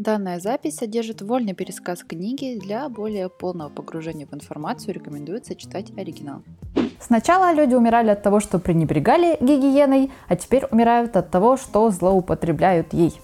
Данная запись содержит вольный пересказ книги. Для более полного погружения в информацию рекомендуется читать оригинал. Сначала люди умирали от того, что пренебрегали гигиеной, а теперь умирают от того, что злоупотребляют ей.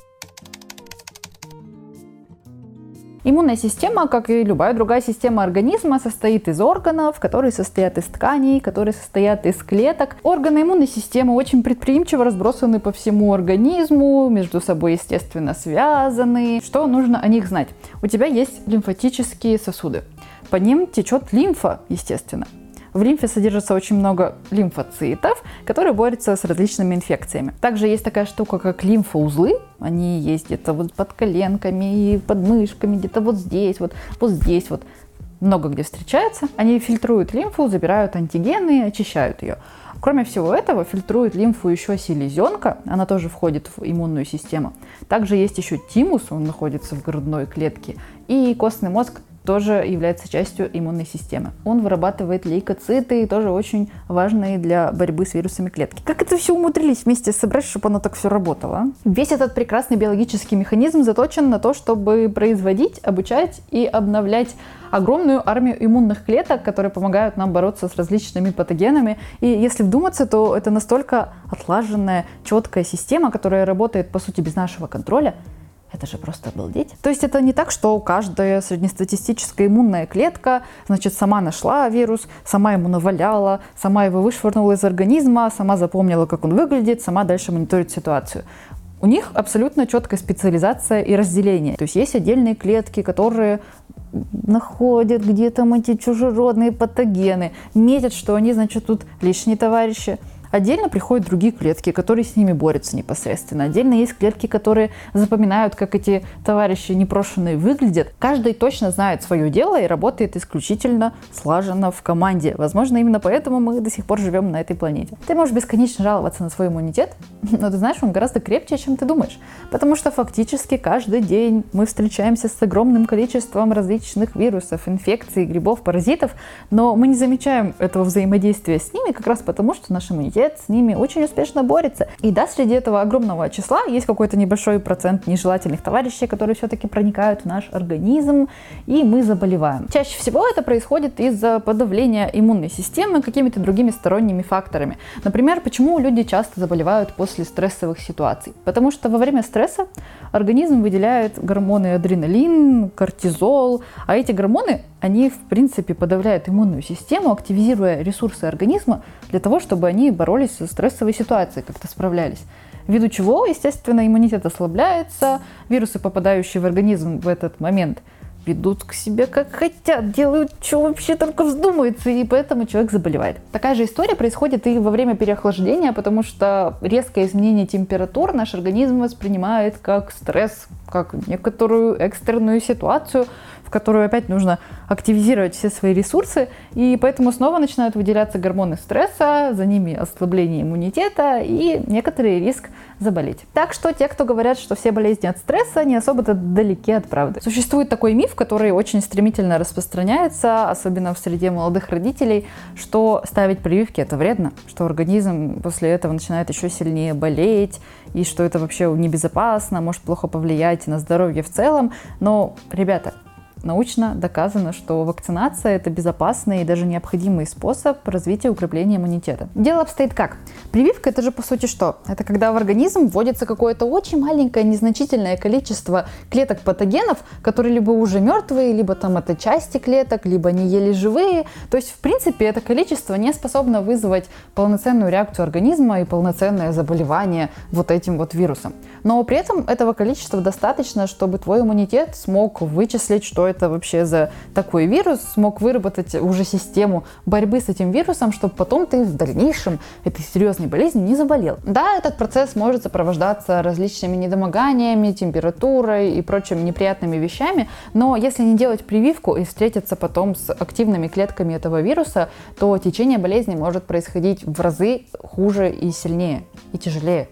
Иммунная система, как и любая другая система организма, состоит из органов, которые состоят из тканей, которые состоят из клеток. Органы иммунной системы очень предприимчиво разбросаны по всему организму, между собой, естественно, связаны. Что нужно о них знать? У тебя есть лимфатические сосуды. По ним течет лимфа, естественно. В лимфе содержится очень много лимфоцитов, которые борются с различными инфекциями. Также есть такая штука, как лимфоузлы. Они есть где-то вот под коленками, под мышками, где-то вот здесь, вот здесь, вот. Много где встречаются. Они фильтруют лимфу, забирают антигены, очищают ее. Кроме всего этого, фильтрует лимфу еще селезенка, она тоже входит в иммунную систему. Также есть еще тимус, он находится в грудной клетке, и костный мозг тоже является частью иммунной системы. Он вырабатывает лейкоциты, тоже очень важные для борьбы с вирусами клетки. Как это все умудрились вместе собрать, чтобы оно так все работало? А? Весь этот прекрасный биологический механизм заточен на то, чтобы производить, обучать и обновлять огромную армию иммунных клеток, которые помогают нам бороться с различными патогенами. И если вдуматься, то это настолько отлаженная, четкая система, которая работает, по сути, без нашего контроля. Это же просто обалдеть. То есть это не так, что каждая среднестатистическая иммунная клетка, значит, сама нашла вирус, сама ему наваляла, сама его вышвырнула из организма, сама запомнила, как он выглядит, сама дальше мониторит ситуацию. У них абсолютно четкая специализация и разделение. То есть есть отдельные клетки, которые находят где-то эти чужеродные патогены, метят, что они, значит, тут лишние товарищи. Отдельно приходят другие клетки, которые с ними борются непосредственно. Отдельно есть клетки, которые запоминают, как эти товарищи непрошенные выглядят. Каждый точно знает свое дело и работает исключительно слаженно в команде. Возможно, именно поэтому мы до сих пор живем на этой планете. Ты можешь бесконечно жаловаться на свой иммунитет, но ты знаешь, он гораздо крепче, чем ты думаешь. Потому что фактически каждый день мы встречаемся с огромным количеством различных вирусов, инфекций, грибов, паразитов, но мы не замечаем этого взаимодействия с ними как раз потому, что наш иммунитет с ними очень успешно борется. И да, среди этого огромного числа есть какой-то небольшой процент нежелательных товарищей, которые все-таки проникают в наш организм, и мы заболеваем. Чаще всего это происходит из-за подавления иммунной системы какими-то другими сторонними факторами. Например, почему люди часто заболевают после стрессовых ситуаций? Потому что во время стресса организм выделяет гормоны адреналин, кортизол, а эти гормоны, они в принципе подавляют иммунную систему, активизируя ресурсы организма для того, чтобы они боролись со стрессовой ситуацией, как-то справлялись. Ввиду чего, естественно, иммунитет ослабляется, вирусы, попадающие в организм в этот момент, ведут к себе как хотят, делают, что вообще только вздумается, и поэтому человек заболевает. Такая же история происходит и во время переохлаждения, потому что резкое изменение температур наш организм воспринимает как стресс, как некоторую экстренную ситуацию, в которую опять нужно активизировать все свои ресурсы, и поэтому снова начинают выделяться гормоны стресса, за ними ослабление иммунитета и некоторый риск заболеть. Так что те, кто говорят, что все болезни от стресса, не особо-то далеки от правды. Существует такой миф, который очень стремительно распространяется, особенно в среде молодых родителей, что ставить прививки это вредно, что организм после этого начинает еще сильнее болеть, и что это вообще небезопасно, может плохо повлиять на здоровье в целом. Но, ребята, научно доказано, что вакцинация – это безопасный и даже необходимый способ развития и укрепления иммунитета. Дело обстоит как? Прививка – это же по сути что? Это когда в организм вводится какое-то очень маленькое, незначительное количество клеток-патогенов, которые либо уже мертвые, либо там это части клеток, либо они еле живые. То есть, в принципе, это количество не способно вызвать полноценную реакцию организма и полноценное заболевание вот этим вот вирусом. Но при этом этого количества достаточно, чтобы твой иммунитет смог вычислить, что это вообще за такой вирус, смог выработать уже систему борьбы с этим вирусом, чтобы потом ты в дальнейшем этой серьезной болезнью не заболел. Да, этот процесс может сопровождаться различными недомоганиями, температурой и прочими неприятными вещами, но если не делать прививку и встретиться потом с активными клетками этого вируса, то течение болезни может происходить в разы хуже и сильнее, и тяжелее.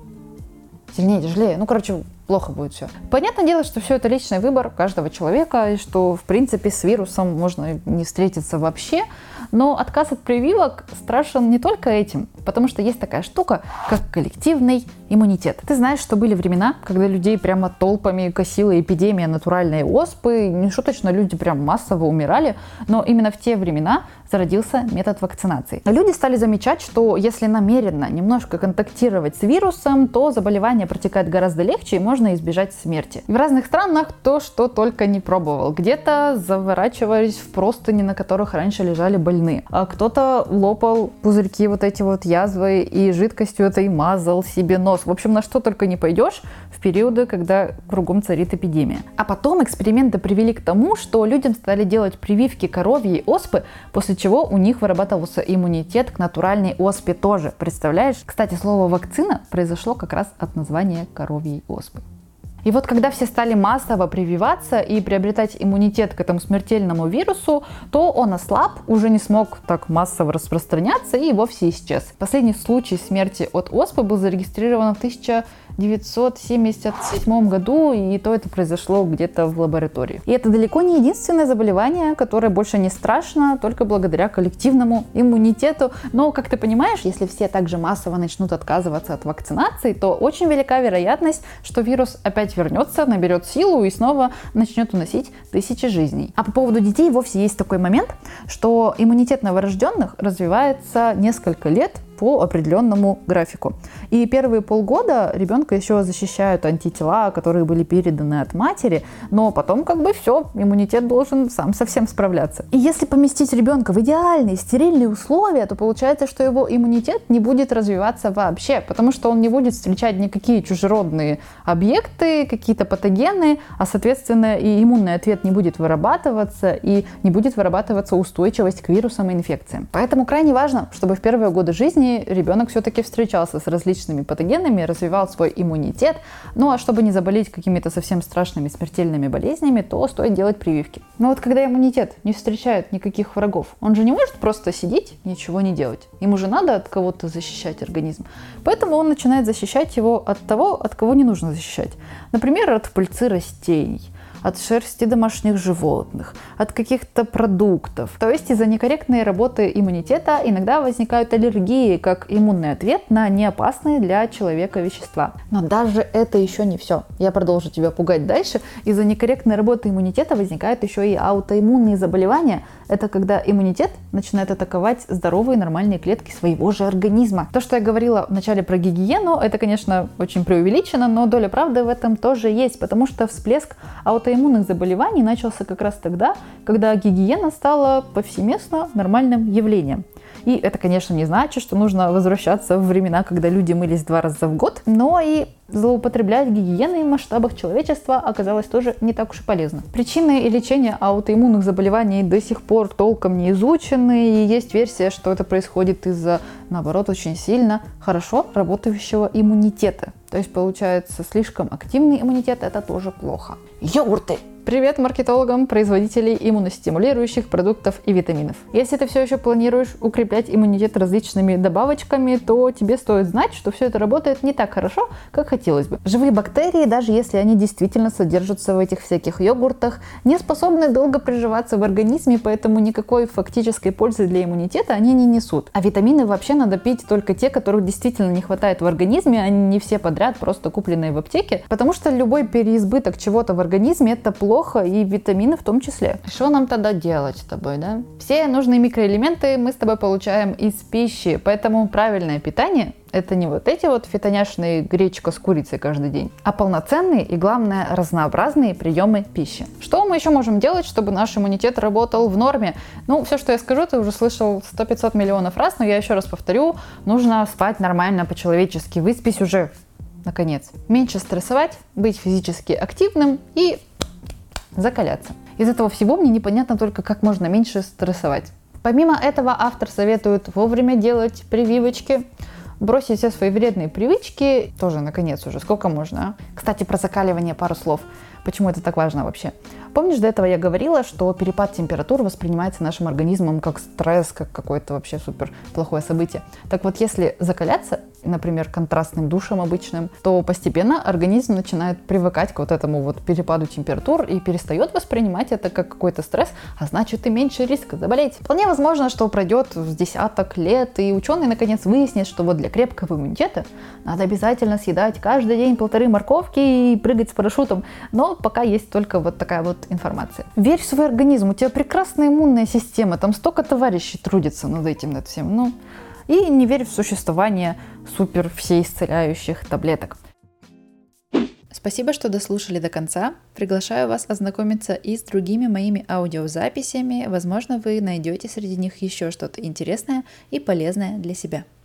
Сильнее, тяжелее. Плохо будет все. Понятное дело, что все это личный выбор каждого человека, и что, в принципе, с вирусом можно не встретиться вообще, Но отказ от прививок страшен не только этим, потому что есть такая штука, как коллективный иммунитет. Ты знаешь, что были времена, когда людей прямо толпами косила эпидемия натуральной оспы, нешуточно люди прям массово умирали, но именно в те времена зародился метод вакцинации. Люди стали замечать, что если намеренно немножко контактировать с вирусом, то заболевание протекает гораздо легче и можно избежать смерти. В разных странах то, что только не пробовал. Где-то заворачивались в простыни, на которых раньше лежали больные. А кто-то лопал пузырьки вот эти вот язвы и жидкостью этой мазал себе нос. В общем, на что только не пойдешь в периоды, когда кругом царит эпидемия. А потом эксперименты привели к тому, что людям стали делать прививки коровьей оспы, после чего у них вырабатывался иммунитет к натуральной оспе тоже. Представляешь? Кстати, слово «вакцина» произошло как раз от названия коровьей оспы. И вот когда все стали массово прививаться и приобретать иммунитет к этому смертельному вирусу, то он ослаб, уже не смог так массово распространяться и вовсе исчез. Последний случай смерти от оспы был зарегистрирован в 1977 году, и то это произошло где-то в лаборатории. И это далеко не единственное заболевание, которое больше не страшно, только благодаря коллективному иммунитету. Но, как ты понимаешь, если все также массово начнут отказываться от вакцинации, то очень велика вероятность, что вирус опять вернется, наберет силу и снова начнет уносить тысячи жизней. А по поводу детей вовсе есть такой момент, что иммунитет новорожденных развивается несколько лет по определенному графику. И первые полгода ребенка еще защищают антитела, которые были переданы от матери, но потом как бы все, иммунитет должен сам со всем справляться. И если поместить ребенка в идеальные стерильные условия, то получается, что его иммунитет не будет развиваться вообще, потому что он не будет встречать никакие чужеродные объекты, какие-то патогены, а соответственно и иммунный ответ не будет вырабатываться, и не будет вырабатываться устойчивость к вирусам и инфекциям. Поэтому крайне важно, чтобы в первые годы жизни ребенок все-таки встречался с различными патогенами, развивал свой иммунитет. Ну а чтобы не заболеть какими-то совсем страшными смертельными болезнями, то стоит делать прививки. Но вот когда иммунитет не встречает никаких врагов, он же не может просто сидеть, ничего не делать. Ему же надо от кого-то защищать организм. Поэтому он начинает защищать его от того, от кого не нужно защищать. Например, от пыльцы растений, от шерсти домашних животных, от каких-то продуктов. То есть из-за некорректной работы иммунитета иногда возникают аллергии, как иммунный ответ на неопасные для человека вещества. Но даже это еще не все. Я продолжу тебя пугать дальше. Из-за некорректной работы иммунитета возникают еще и аутоиммунные заболевания. Это когда иммунитет начинает атаковать здоровые нормальные клетки своего же организма. То, что я говорила вначале про гигиену, это, конечно, очень преувеличено, но доля правды в этом тоже есть, потому что всплеск аутоиммунных заболеваний начался как раз тогда, когда гигиена стала повсеместно нормальным явлением. И это, конечно, не значит, что нужно возвращаться в времена, когда люди мылись 2 раза в год, но и злоупотреблять гигиеной в масштабах человечества оказалось тоже не так уж и полезно. Причины и лечение аутоиммунных заболеваний до сих пор толком не изучены, и есть версия, что это происходит из-за, наоборот, очень сильно хорошо работающего иммунитета. То есть, получается, слишком активный иммунитет – это тоже плохо. Йогурты! Привет маркетологам, производителей иммуностимулирующих продуктов и витаминов. Если ты все еще планируешь укреплять иммунитет различными добавочками, то тебе стоит знать, что все это работает не так хорошо, как хотелось бы. Живые бактерии, даже если они действительно содержатся в этих всяких йогуртах, не способны долго приживаться в организме, поэтому никакой фактической пользы для иммунитета они не несут. А витамины вообще надо пить только те, которых действительно не хватает в организме, а не все подряд, просто купленные в аптеке, потому что любой переизбыток чего-то в организме – это плохо, и витамины в том числе. Что нам тогда делать с тобой, да? Все нужные микроэлементы мы с тобой получаем из пищи, поэтому правильное питание – это не вот эти вот фитоняшные гречка с курицей каждый день, а полноценные и, главное, разнообразные приемы пищи. Что мы еще можем делать, чтобы наш иммунитет работал в норме? Ну, все, что я скажу, ты уже слышал 100-500 миллионов раз, но я еще раз повторю, нужно спать нормально по-человечески, выспись уже, наконец. Меньше стрессовать, быть физически активным и закаляться. Из этого всего мне непонятно только, как можно меньше стрессовать. Помимо этого, автор советует вовремя делать прививочки, бросить все свои вредные привычки, тоже, наконец, уже сколько можно. Кстати, про закаливание пару слов. Почему это так важно вообще? Помнишь, до этого я говорила, что перепад температур воспринимается нашим организмом как стресс, как какое-то вообще супер плохое событие. Так вот, если закаляться например, контрастным душем обычным, то постепенно организм начинает привыкать к вот этому вот перепаду температур и перестает воспринимать это как какой-то стресс, а значит и меньше риска заболеть. Вполне возможно, что пройдет с десяток лет, и ученые наконец выяснят, что вот для крепкого иммунитета надо обязательно съедать каждый день 1,5 морковки и прыгать с парашютом. Но пока есть только вот такая вот информация. Верь в свой организм, у тебя прекрасная иммунная система, там столько товарищей трудится над этим всем. Ну, и не верь в существование супер всеисцеляющих таблеток. Спасибо, что дослушали до конца. Приглашаю вас ознакомиться и с другими моими аудиозаписями. Возможно, вы найдете среди них еще что-то интересное и полезное для себя.